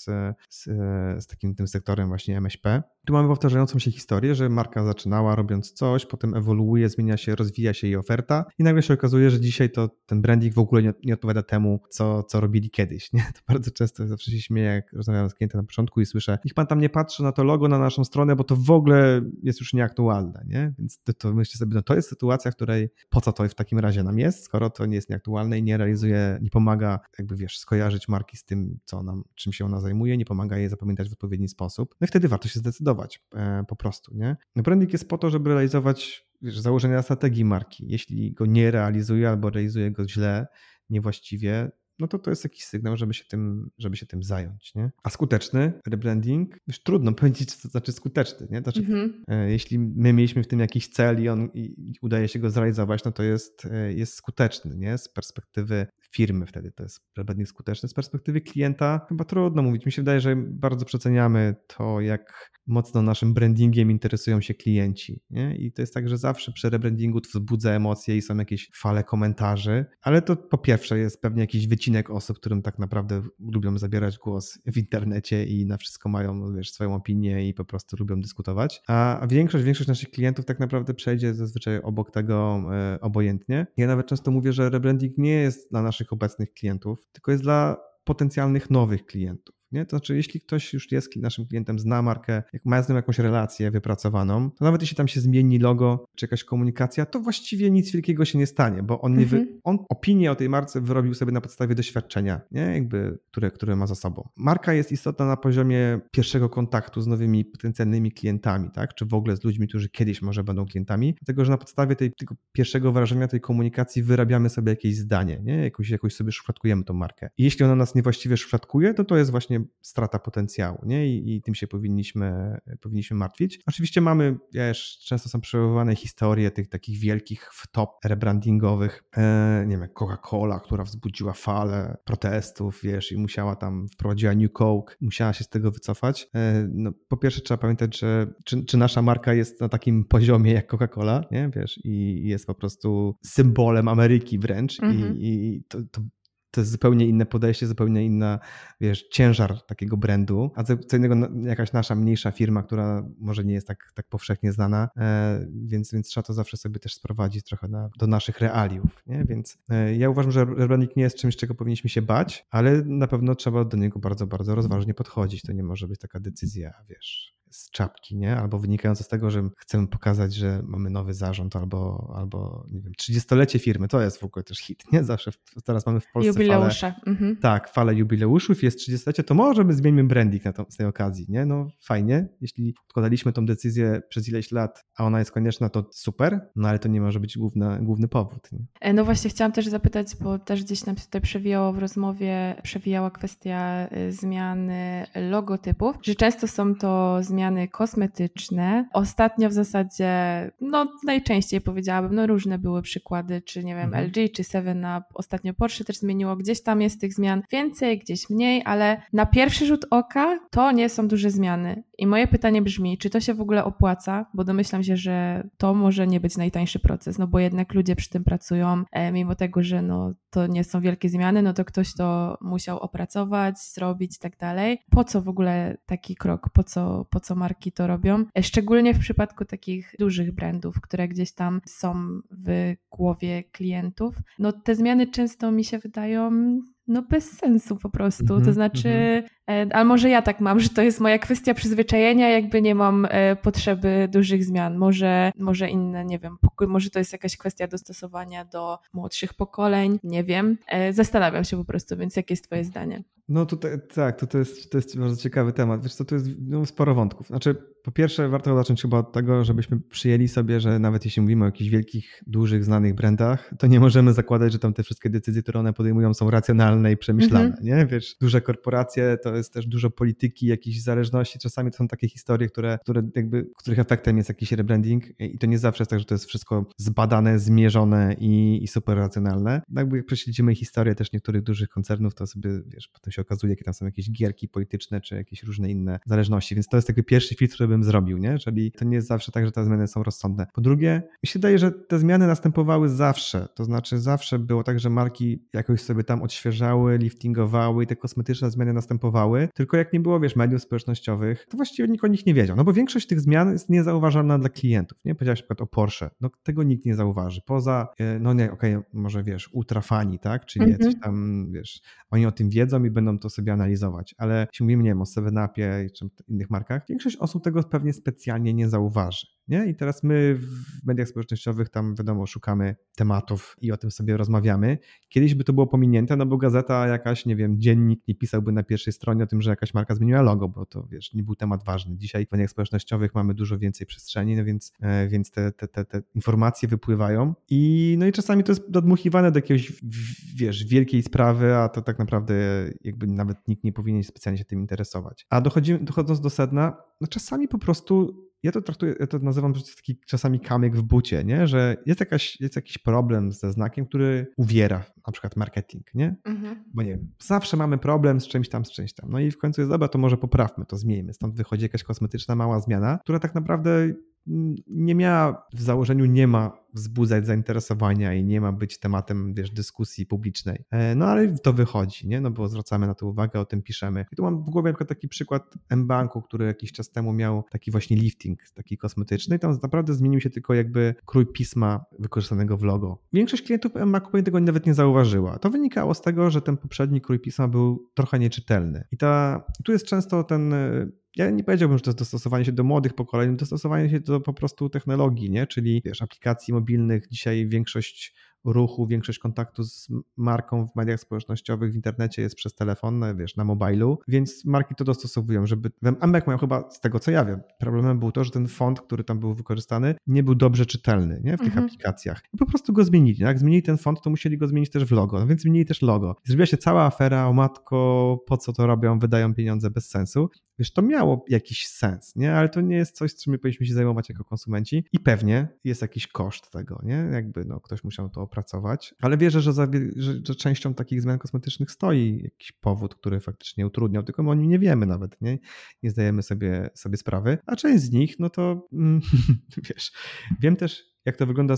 z takim tym sektorem właśnie MŚP. Tu mamy powtarzającą się historię, że marka zaczynała robiąc coś, potem ewoluuje, zmienia się, rozwija się jej oferta i nagle się okazuje, że dzisiaj to ten branding w ogóle nie odpowiada temu, co robili kiedyś. Nie? To bardzo często zawsze się śmieję, jak rozmawiam z klientem na początku i słyszę, niech pan tam nie patrzy na to logo na naszą stronę, bo to w ogóle jest już nieaktualne. Nie? Więc to myślę sobie, to jest sytuacja, w której po co to w takim razie nam jest, skoro to nie jest nieaktualne i nie realizuje, nie pomaga skojarzyć marki z tym, czym się ona zajmuje, nie pomaga jej zapamiętać w odpowiedni sposób. No i wtedy warto się zdecydować po prostu. Nie? Branding jest po to, żeby realizować założenia strategii marki. Jeśli go nie realizuje albo realizuje go źle, niewłaściwie, no to jest jakiś sygnał, żeby się tym zająć. Nie? A skuteczny rebranding, już trudno powiedzieć, co to znaczy skuteczny. Nie? Znaczy, jeśli my mieliśmy w tym jakiś cel i udaje się go zrealizować, no to jest skuteczny. Nie? Z perspektywy firmy wtedy to jest rebranding skuteczny. Z perspektywy klienta chyba trudno mówić. Mi się wydaje, że bardzo przeceniamy to, jak mocno naszym brandingiem interesują się klienci. Nie? I to jest tak, że zawsze przy rebrandingu to wzbudza emocje i są jakieś fale komentarzy, ale to po pierwsze jest pewnie jakiś wycinek osób, którym tak naprawdę lubią zabierać głos w internecie i na wszystko mają swoją opinię i po prostu lubią dyskutować, a większość naszych klientów tak naprawdę przejdzie zazwyczaj obok tego obojętnie. Ja nawet często mówię, że rebranding nie jest dla naszych obecnych klientów, tylko jest dla potencjalnych nowych klientów. Nie? To znaczy, jeśli ktoś już jest naszym klientem, zna markę, ma z nią jakąś relację wypracowaną, to nawet jeśli tam się zmieni logo czy jakaś komunikacja, to właściwie nic wielkiego się nie stanie, bo on opinię o tej marce wyrobił sobie na podstawie doświadczenia, nie? Które ma za sobą. Marka jest istotna na poziomie pierwszego kontaktu z nowymi potencjalnymi klientami, tak? Czy w ogóle z ludźmi, którzy kiedyś może będą klientami, dlatego że na podstawie tego pierwszego wrażenia, tej komunikacji wyrabiamy sobie jakieś zdanie, nie? Jakoś sobie szufladkujemy tą markę. I jeśli ona nas niewłaściwie szufladkuje, to jest właśnie strata potencjału, nie? I tym się powinniśmy martwić. Oczywiście często są przywoływane historie tych takich wielkich wtop rebrandingowych, nie wiem, jak Coca-Cola, która wzbudziła falę protestów, i wprowadziła New Coke, musiała się z tego wycofać. No, po pierwsze trzeba pamiętać, że czy nasza marka jest na takim poziomie jak Coca-Cola, nie? I jest po prostu symbolem Ameryki wręcz i to jest zupełnie inne podejście, zupełnie inna, ciężar takiego brandu, a co innego jakaś nasza mniejsza firma, która może nie jest tak powszechnie znana, więc trzeba to zawsze sobie też sprowadzić trochę do naszych realiów, nie? Więc ja uważam, że rebranding nie jest czymś, czego powinniśmy się bać, ale na pewno trzeba do niego bardzo, bardzo rozważnie podchodzić. To nie może być taka decyzja, z czapki, nie? Albo wynikająca z tego, że chcemy pokazać, że mamy nowy zarząd albo nie wiem, 30-lecie firmy, to jest w ogóle też hit, nie? Zawsze teraz mamy w Polsce jubileusze. Falę jubileuszów, jest 30-lecie, to może my zmienimy branding z tej okazji, nie? No fajnie, jeśli odkładaliśmy tą decyzję przez ileś lat, a ona jest konieczna, to super, no ale to nie może być główny powód, nie? No właśnie chciałam też zapytać, bo też gdzieś nam się tutaj przewijała kwestia zmiany logotypów, że często są to zmiany kosmetyczne. Ostatnio w zasadzie, najczęściej powiedziałabym, różne były przykłady, czy nie wiem, LG, czy 7up, ostatnio Porsche też zmieniło, gdzieś tam jest tych zmian więcej, gdzieś mniej, ale na pierwszy rzut oka to nie są duże zmiany. I moje pytanie brzmi, czy to się w ogóle opłaca, bo domyślam się, że to może nie być najtańszy proces, no bo jednak ludzie przy tym pracują, mimo tego, że no to nie są wielkie zmiany, no to ktoś to musiał opracować, zrobić i tak dalej. Po co w ogóle taki krok? Po co marki to robią? Szczególnie w przypadku takich dużych brandów, które gdzieś tam są w głowie klientów. No te zmiany często mi się wydają no bez sensu po prostu, to znaczy, ale może ja tak mam, że to jest moja kwestia przyzwyczajenia, jakby nie mam potrzeby dużych zmian, może inne, nie wiem, może to jest jakaś kwestia dostosowania do młodszych pokoleń, nie wiem, zastanawiam się po prostu, więc jakie jest twoje zdanie? No tutaj, tak, to jest bardzo ciekawy temat. Wiesz co, to jest sporo wątków. Znaczy, po pierwsze warto zacząć chyba od tego, żebyśmy przyjęli sobie, że nawet jeśli mówimy o jakichś wielkich, dużych, znanych brandach, to nie możemy zakładać, że tam te wszystkie decyzje, które one podejmują, są racjonalne i przemyślane, nie? Wiesz, duże korporacje to jest też dużo polityki, jakichś zależności. Czasami to są takie historie, których efektem jest jakiś rebranding i to nie zawsze jest tak, że to jest wszystko zbadane, zmierzone i super racjonalne. Jakby jak prześledzimy historię też niektórych dużych koncernów, to sobie, wiesz, potem się okazuje, jakie tam są jakieś gierki polityczne, czy jakieś różne inne zależności, więc to jest taki pierwszy filtr, który bym zrobił, nie? Czyli to nie jest zawsze tak, że te zmiany są rozsądne. Po drugie, mi się wydaje, że te zmiany następowały zawsze, to znaczy zawsze było tak, że marki jakoś sobie tam odświeżały, liftingowały i te kosmetyczne zmiany następowały, tylko jak nie było, wiesz, mediów społecznościowych, to właściwie nikt o nich nie wiedział, no bo większość tych zmian jest niezauważalna dla klientów, nie? Powiedziałeś na przykład o Porsche, no tego nikt nie zauważy, poza, no nie, okej, może wiesz, ultrafani, tak, czyli coś tam, wiesz, oni o tym wiedzą i będą to sobie analizować, ale jeśli mówimy, nie wiem, o 7-Upie czy innych markach, większość osób tego pewnie specjalnie nie zauważy, nie? I teraz my w mediach społecznościowych tam, wiadomo, szukamy tematów i o tym sobie rozmawiamy. Kiedyś by to było pominięte, no bo gazeta jakaś, nie wiem, dziennik nie pisałby na pierwszej stronie o tym, że jakaś marka zmieniła logo, bo to, wiesz, nie był temat ważny. Dzisiaj w mediach społecznościowych mamy dużo więcej przestrzeni, no więc te informacje wypływają i no i czasami to jest dodmuchiwane do jakiegoś, wiesz, wielkiej sprawy, a to tak naprawdę jakby nawet nikt nie powinien specjalnie się tym interesować. A dochodząc do sedna, no czasami po prostu ja to nazywam po prostu taki czasami kamyk w bucie, nie? Że jest jakiś problem ze znakiem, który uwiera na przykład marketing, nie? Bo nie wiem, zawsze mamy problem z czymś tam. No i w końcu jest dobra, to może poprawmy, to zmieńmy. Stąd wychodzi jakaś kosmetyczna mała zmiana, która tak naprawdę nie miała, w założeniu nie ma wzbudzać zainteresowania i nie ma być tematem, wiesz, dyskusji publicznej. No ale to wychodzi, nie? No bo zwracamy na to uwagę, o tym piszemy. I tu mam w głowie na przykład taki przykład mBanku, który jakiś czas temu miał taki właśnie lifting, taki kosmetyczny i tam naprawdę zmienił się tylko jakby krój pisma wykorzystanego w logo. Większość klientów mBanku tego nawet nie zauważyła. To wynikało z tego, że ten poprzedni krój pisma był trochę nieczytelny. I tu jest często ja nie powiedziałbym, że to jest dostosowanie się do młodych pokoleń, dostosowanie się do po prostu technologii, nie? Czyli wiesz, aplikacji mobilnych, dzisiaj większość ruchu, większość kontaktu z marką w mediach społecznościowych, w internecie jest przez telefon, wiesz, na mobilu, więc marki to dostosowują, żeby... mBank miał chyba, z tego co ja wiem, problemem był to, że ten font, który tam był wykorzystany, nie był dobrze czytelny, nie? W tych aplikacjach. I po prostu go zmienili. Jak zmienili ten font, to musieli go zmienić też w logo, no więc zmienili też logo. I zrobiła się cała afera, o matko, po co to robią, wydają pieniądze bez sensu. Wiesz, to miało jakiś sens, nie? Ale to nie jest coś, czym my powinniśmy się zajmować jako konsumenci i pewnie jest jakiś koszt tego, nie? Jakby ktoś musiał to opracować, ale wierzę, że częścią takich zmian kosmetycznych stoi jakiś powód, który faktycznie utrudniał, tylko my o nim nie wiemy nawet, nie? Nie zdajemy sobie sprawy, a część z nich, no to wiesz, wiem też, jak to wygląda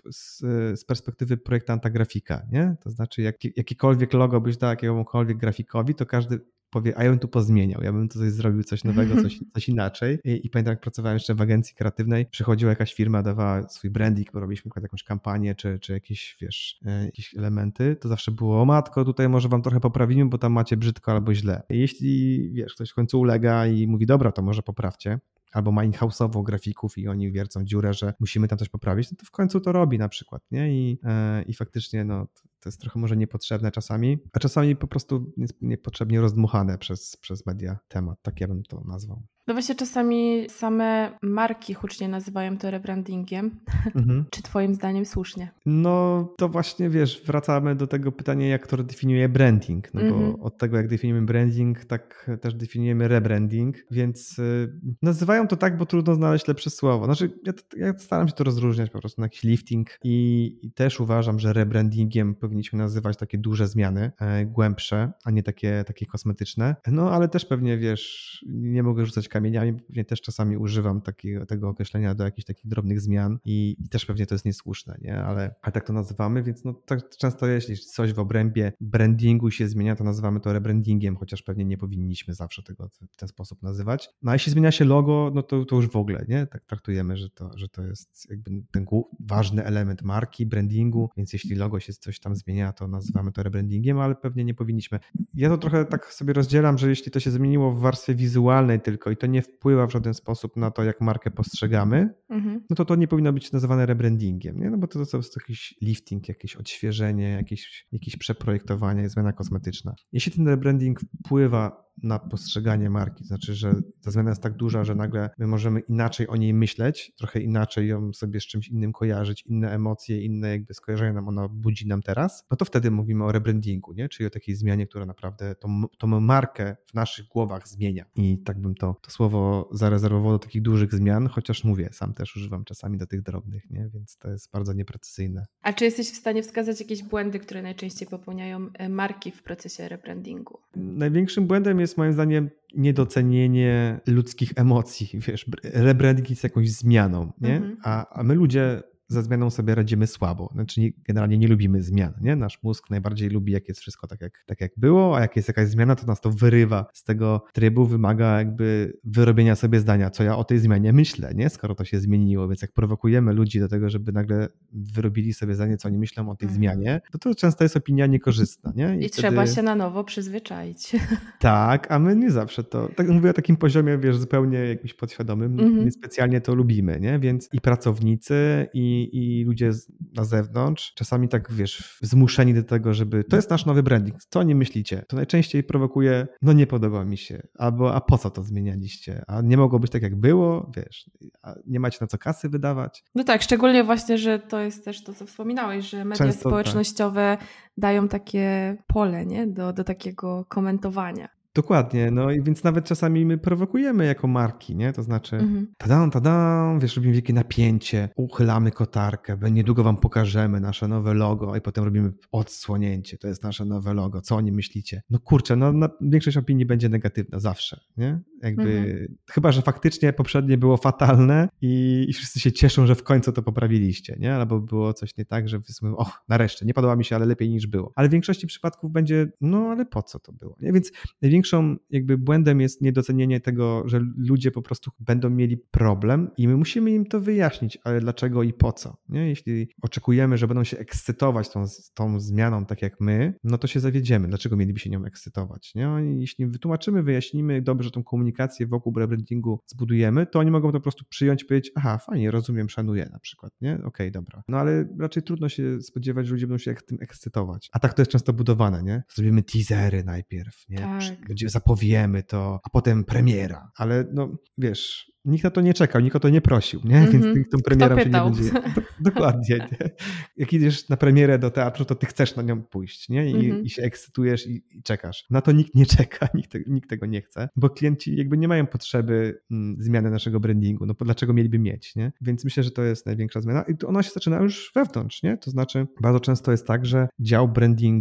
z perspektywy projektanta grafika, nie? To znaczy, jakiekolwiek logo byś dał jakiemukolwiek grafikowi, to każdy powie, a ja bym tu pozmieniał, ja bym tutaj zrobił coś nowego, coś inaczej. I pamiętam, jak pracowałem jeszcze w agencji kreatywnej, przychodziła jakaś firma, dawała swój branding, bo robiliśmy przykład jakąś kampanię, czy jakieś, wiesz, jakieś elementy, to zawsze było, o matko, tutaj może wam trochę poprawimy, bo tam macie brzydko albo źle. Jeśli, wiesz, ktoś w końcu ulega i mówi, dobra, to może poprawcie, albo ma in-house'owo grafików i oni wiercą dziurę, że musimy tam coś poprawić, no to w końcu to robi na przykład, nie? I faktycznie, no, to jest trochę może niepotrzebne czasami, a czasami po prostu niepotrzebnie rozdmuchane przez media temat, tak ja bym to nazwał. No właśnie czasami same marki hucznie nazywają to rebrandingiem. Czy twoim zdaniem słusznie? No to właśnie, wiesz, wracamy do tego pytania, jak to definiuje branding, no bo od tego, jak definiujemy branding, tak też definiujemy rebranding, więc nazywają to tak, bo trudno znaleźć lepsze słowo. Znaczy ja staram się to rozróżniać po prostu na jakiś lifting i też uważam, że rebrandingiem powinniśmy nazywać takie duże zmiany, głębsze, a nie takie kosmetyczne. No ale też pewnie, wiesz, nie mogę rzucać kamieniami, pewnie też czasami używam tego określenia do jakichś takich drobnych zmian i też pewnie to jest niesłuszne, nie? Ale tak to nazywamy, więc no tak często jeśli coś w obrębie brandingu się zmienia, to nazywamy to rebrandingiem, chociaż pewnie nie powinniśmy zawsze tego w ten sposób nazywać. No a jeśli zmienia się logo, no to już w ogóle, nie? Tak traktujemy, że to jest jakby ten ważny element marki, brandingu, więc jeśli logo się coś tam zmienia, to nazywamy to rebrandingiem, ale pewnie nie powinniśmy. Ja to trochę tak sobie rozdzielam, że jeśli to się zmieniło w warstwie wizualnej tylko i to nie wpływa w żaden sposób na to, jak markę postrzegamy, no to nie powinno być nazywane rebrandingiem, nie? No bo to jest jakiś lifting, jakieś odświeżenie, jakieś przeprojektowanie, zmiana kosmetyczna. Jeśli ten rebranding wpływa na postrzeganie marki, to znaczy, że ta zmiana jest tak duża, że nagle my możemy inaczej o niej myśleć, trochę inaczej ją sobie z czymś innym kojarzyć, inne emocje, inne jakby skojarzenia nam ona budzi nam teraz, no to wtedy mówimy o rebrandingu, nie? Czyli o takiej zmianie, która naprawdę tą markę w naszych głowach zmienia. I tak bym to słowo zarezerwował do takich dużych zmian, chociaż mówię, sam też używam czasami do tych drobnych, nie? Więc to jest bardzo nieprecyzyjne. A czy jesteś w stanie wskazać jakieś błędy, które najczęściej popełniają marki w procesie rebrandingu? Największym błędem jest moim zdaniem niedocenienie ludzkich emocji. Wiesz, rebranding jest jakąś zmianą, nie? A my ludzie ze zmianą sobie radzimy słabo. Znaczy generalnie nie lubimy zmian, nie? Nasz mózg najbardziej lubi, jak jest wszystko tak jak było, a jak jest jakaś zmiana, to nas to wyrywa z tego trybu, wymaga jakby wyrobienia sobie zdania, co ja o tej zmianie myślę, nie? Skoro to się zmieniło, więc jak prowokujemy ludzi do tego, żeby nagle wyrobili sobie zdanie, co oni myślą o tej zmianie, to często jest opinia niekorzystna, nie? I trzeba się na nowo przyzwyczaić. Tak, a my nie zawsze to, tak mówię o takim poziomie, wiesz, zupełnie jakimś podświadomym, niespecjalnie to lubimy, nie? Więc i pracownicy, i ludzie na zewnątrz, czasami tak, wiesz, zmuszeni do tego, żeby to jest nasz nowy branding, co o nim myślicie? To najczęściej prowokuje, no nie podoba mi się, albo a po co to zmienialiście? A nie mogło być tak jak było, wiesz, a nie macie na co kasy wydawać? No tak, szczególnie właśnie, że to jest też to, co wspominałeś, że media Często społecznościowe dają takie pole, nie? Do takiego komentowania. Dokładnie, no i więc nawet czasami my prowokujemy jako marki, nie? To znaczy tadam, wiesz, robimy wielkie napięcie, uchylamy kotarkę, niedługo wam pokażemy nasze nowe logo i potem robimy odsłonięcie, to jest nasze nowe logo, co o nim myślicie? No kurczę, no większość opinii będzie negatywna zawsze, nie? Jakby, chyba że faktycznie poprzednie było fatalne i wszyscy się cieszą, że w końcu to poprawiliście, nie? Albo było coś nie tak, że mówią, nareszcie, nie podoba mi się, ale lepiej niż było. Ale w większości przypadków będzie, no ale po co to było, nie? Więc największą jakby błędem jest niedocenienie tego, że ludzie po prostu będą mieli problem i my musimy im to wyjaśnić, ale dlaczego i po co, nie? Jeśli oczekujemy, że będą się ekscytować tą zmianą tak jak my, no to się zawiedziemy. Dlaczego mieliby się nią ekscytować, nie? Jeśli wytłumaczymy, wyjaśnimy, dobrze tą komunikację wokół rebrandingu zbudujemy, to oni mogą to po prostu przyjąć i powiedzieć, aha, fajnie, rozumiem, szanuję na przykład, nie? Okej, dobra. No ale raczej trudno się spodziewać, że ludzie będą się tym ekscytować. A tak to jest często budowane, nie? Zrobimy teasery najpierw, nie? Tak. Zapowiemy to, a potem premiera. Ale no, wiesz, nikt na to nie czekał, nikt o to nie prosił, nie? Więc nikt tą premierą się nie będzie... Dokładnie, nie? Jak idziesz na premierę do teatru, to ty chcesz na nią pójść, nie? I się ekscytujesz i czekasz. Na to nikt nie czeka, nikt tego nie chce, bo klienci jakby nie mają potrzeby zmiany naszego brandingu, no dlaczego mieliby mieć, nie? Więc myślę, że to jest największa zmiana i to ona się zaczyna już wewnątrz, nie? To znaczy bardzo często jest tak, że dział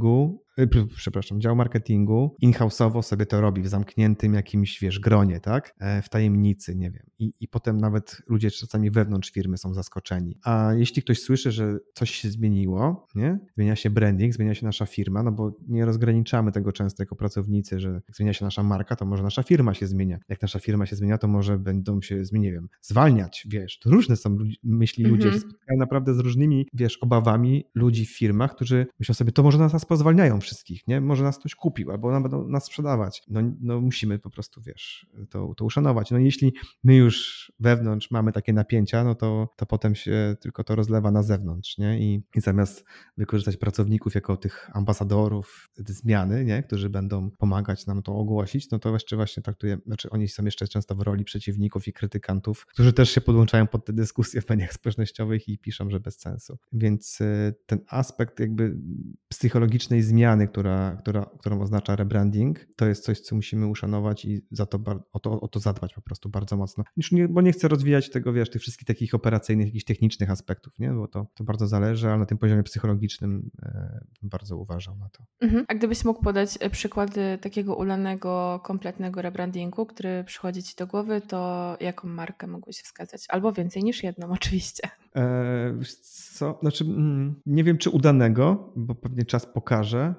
marketingu in-house'owo sobie to robi w zamkniętym jakimś, wiesz, gronie, tak? W tajemnicy, nie wiem. I potem nawet ludzie czasami wewnątrz firmy są zaskoczeni. A jeśli ktoś słyszy, że coś się zmieniło, nie? Zmienia się branding, zmienia się nasza firma, no bo nie rozgraniczamy tego często jako pracownicy, że jak zmienia się nasza marka, to może nasza firma się zmienia. Jak nasza firma się zmienia, to może będą się, nie wiem, zwalniać, wiesz. To różne są myśli ludzie. Ja się spotkają naprawdę z różnymi, wiesz, obawami ludzi w firmach, którzy myślą sobie, to może nas pozwalniają wszystkich, nie? Może nas ktoś kupił, albo nam będą nas sprzedawać. No musimy po prostu, wiesz, to uszanować. No i jeśli my już wewnątrz mamy takie napięcia, no to potem się tylko to rozlewa na zewnątrz, nie? I zamiast wykorzystać pracowników jako tych ambasadorów zmiany, nie? Którzy będą pomagać nam to ogłosić, no to jeszcze właśnie traktujemy, znaczy oni są jeszcze często w roli przeciwników i krytykantów, którzy też się podłączają pod te dyskusje w mediach społecznościowych i piszą, że bez sensu. Więc ten aspekt jakby psychologicznej zmiany zmiany, którą oznacza rebranding, to jest coś, co musimy uszanować i o to zadbać po prostu bardzo mocno. Bo nie chcę rozwijać tego, tych wszystkich takich operacyjnych, jakichś technicznych aspektów, nie? Bo to bardzo zależy, ale na tym poziomie psychologicznym bardzo uważam na to. A gdybyś mógł podać przykłady takiego udanego, kompletnego rebrandingu, który przychodzi ci do głowy, to jaką markę mógłbyś wskazać? Albo więcej niż jedną oczywiście. Znaczy, nie wiem, czy udanego, bo pewnie czas pokaże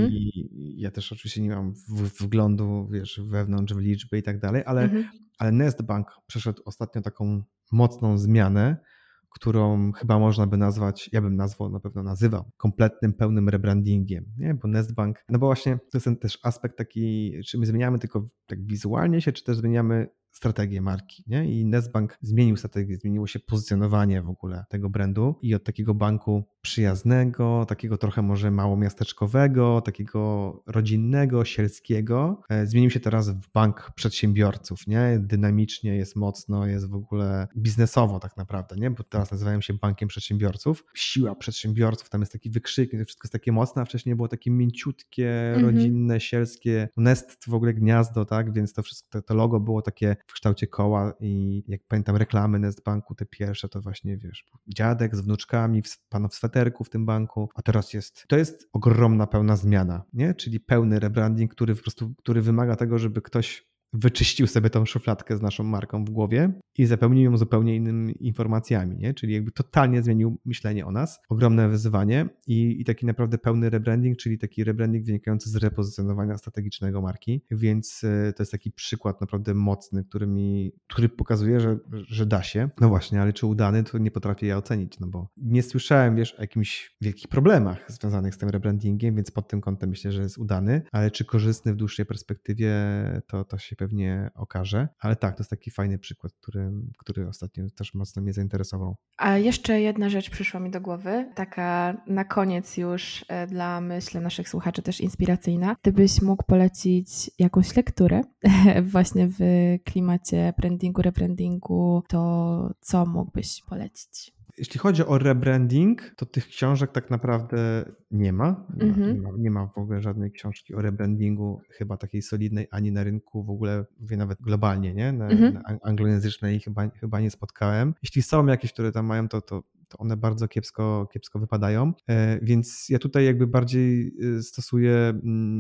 i ja też oczywiście nie mam wglądu, wewnątrz w liczby i tak dalej, ale Nestbank przeszedł ostatnio taką mocną zmianę, którą chyba można by nazwać, ja bym nazwał, na pewno nazywał, kompletnym, pełnym rebrandingiem, nie? Bo Nestbank, no bo właśnie to jest ten też aspekt taki, czy my zmieniamy tylko tak wizualnie się, czy też zmieniamy strategię marki, nie? I Nestbank zmienił strategię, zmieniło się pozycjonowanie w ogóle tego brandu i od takiego banku przyjaznego, takiego trochę może małomiasteczkowego, takiego rodzinnego, sielskiego, zmienił się teraz w bank przedsiębiorców, nie? Dynamicznie jest mocno, jest w ogóle biznesowo tak naprawdę, nie? Bo teraz nazywają się bankiem przedsiębiorców. Siła przedsiębiorców, tam jest taki wykrzyk, to wszystko jest takie mocne, a wcześniej było takie mięciutkie, rodzinne, sielskie. Nest w ogóle gniazdo, tak? Więc to wszystko, to logo było takie w kształcie koła i jak pamiętam reklamy Nestbanku, te pierwsze, to właśnie dziadek z wnuczkami, pan w sweterku w tym banku, a teraz to jest ogromna, pełna zmiana, nie? Czyli pełny rebranding, który wymaga tego, żeby ktoś wyczyścił sobie tą szufladkę z naszą marką w głowie i zapełnił ją zupełnie innymi informacjami, nie? Czyli jakby totalnie zmienił myślenie o nas. Ogromne wyzwanie i taki naprawdę pełny rebranding, czyli taki rebranding wynikający z repozycjonowania strategicznego marki, więc to jest taki przykład naprawdę mocny, który pokazuje, że da się. No właśnie, ale czy udany, to nie potrafię ja ocenić, no bo nie słyszałem, o jakimś wielkich problemach związanych z tym rebrandingiem, więc pod tym kątem myślę, że jest udany, ale czy korzystny w dłuższej perspektywie, to się pewnie okaże. Ale tak, to jest taki fajny przykład, który ostatnio też mocno mnie zainteresował. A jeszcze jedna rzecz przyszła mi do głowy, taka na koniec już dla, myślę, naszych słuchaczy też inspiracyjna. Gdybyś mógł polecić jakąś lekturę właśnie w klimacie brandingu, rebrandingu, to co mógłbyś polecić? Jeśli chodzi o rebranding, to tych książek tak naprawdę nie ma. Nie ma w ogóle żadnej książki o rebrandingu, chyba takiej solidnej, ani na rynku w ogóle, mówię nawet globalnie, nie? Na anglojęzycznej chyba nie spotkałem. Jeśli są jakieś, które tam mają, to one bardzo kiepsko wypadają, więc ja tutaj jakby bardziej stosuję,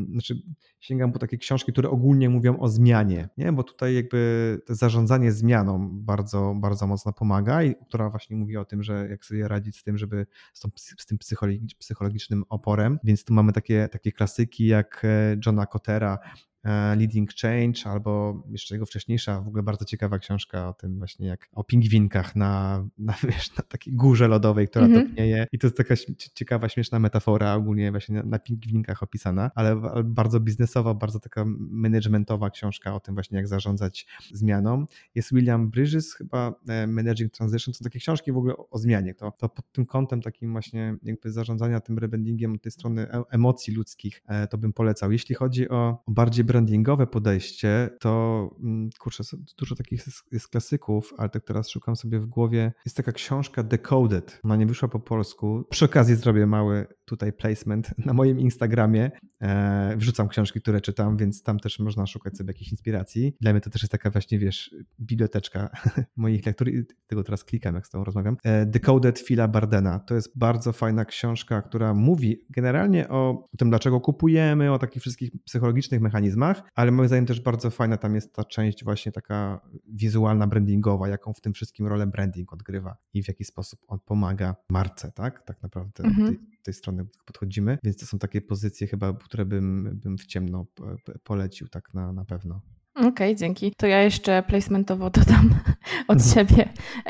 sięgam po takie książki, które ogólnie mówią o zmianie, nie? Bo tutaj jakby to zarządzanie zmianą bardzo, bardzo mocno pomaga i która właśnie mówi o tym, że jak sobie radzić z tym, żeby z tym psychologicznym oporem, więc tu mamy takie klasyki jak Johna Cottera, Leading Change, albo jeszcze jego wcześniejsza, w ogóle bardzo ciekawa książka o tym właśnie jak o pingwinkach na takiej górze lodowej, która topnieje i to jest taka ciekawa, śmieszna metafora ogólnie właśnie na pingwinkach opisana, ale bardzo biznesowa, bardzo taka managementowa książka o tym właśnie jak zarządzać zmianą. Jest William Bridges chyba Managing Transition, są takie książki w ogóle o zmianie, to pod tym kątem takim właśnie jakby zarządzania tym rebrandingiem od tej strony emocji ludzkich to bym polecał. Jeśli chodzi o bardziej brandingowe podejście, to kurczę, dużo takich jest klasyków, ale tak teraz szukam sobie w głowie. Jest taka książka Decoded, ona nie wyszła po polsku. Przy okazji zrobię mały tutaj placement na moim Instagramie. Wrzucam książki, które czytam, więc tam też można szukać sobie jakichś inspiracji. Dla mnie to też jest taka właśnie, biblioteczka moich lektur i tego teraz klikam, jak z tobą rozmawiam. Decoded Phila Bardena. To jest bardzo fajna książka, która mówi generalnie o tym, dlaczego kupujemy, o takich wszystkich psychologicznych mechanizmach, ale moim zdaniem też bardzo fajna tam jest ta część właśnie taka wizualna, brandingowa, jaką w tym wszystkim rolę branding odgrywa i w jaki sposób on pomaga marce, tak? Tak naprawdę od tej strony podchodzimy, więc to są takie pozycje chyba, które bym w ciemno polecił tak na pewno. Okej, dzięki. To ja jeszcze placementowo dodam od siebie.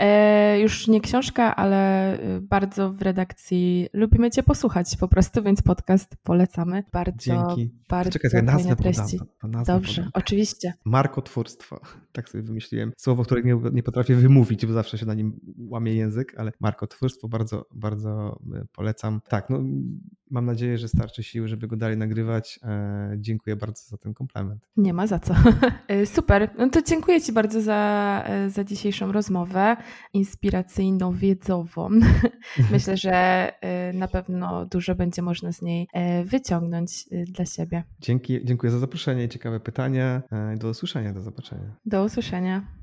Już nie książka, ale bardzo w redakcji lubimy Cię posłuchać po prostu, więc podcast polecamy. Dzięki. Bardzo czekaj, nazwę treści. podam. Dobrze, oczywiście. Markotwórstwo. Tak sobie wymyśliłem. Słowo, którego nie potrafię wymówić, bo zawsze się na nim łamie język, ale markotwórstwo bardzo, bardzo polecam. Tak, Mam nadzieję, że starczy siły, żeby go dalej nagrywać. Dziękuję bardzo za ten komplement. Nie ma za co. Super. No to dziękuję Ci bardzo za dzisiejszą rozmowę inspiracyjno-wiedzową. Myślę, że na pewno dużo będzie można z niej wyciągnąć dla siebie. Dziękuję za zaproszenie i ciekawe pytania. Do usłyszenia, do zobaczenia. Do usłyszenia.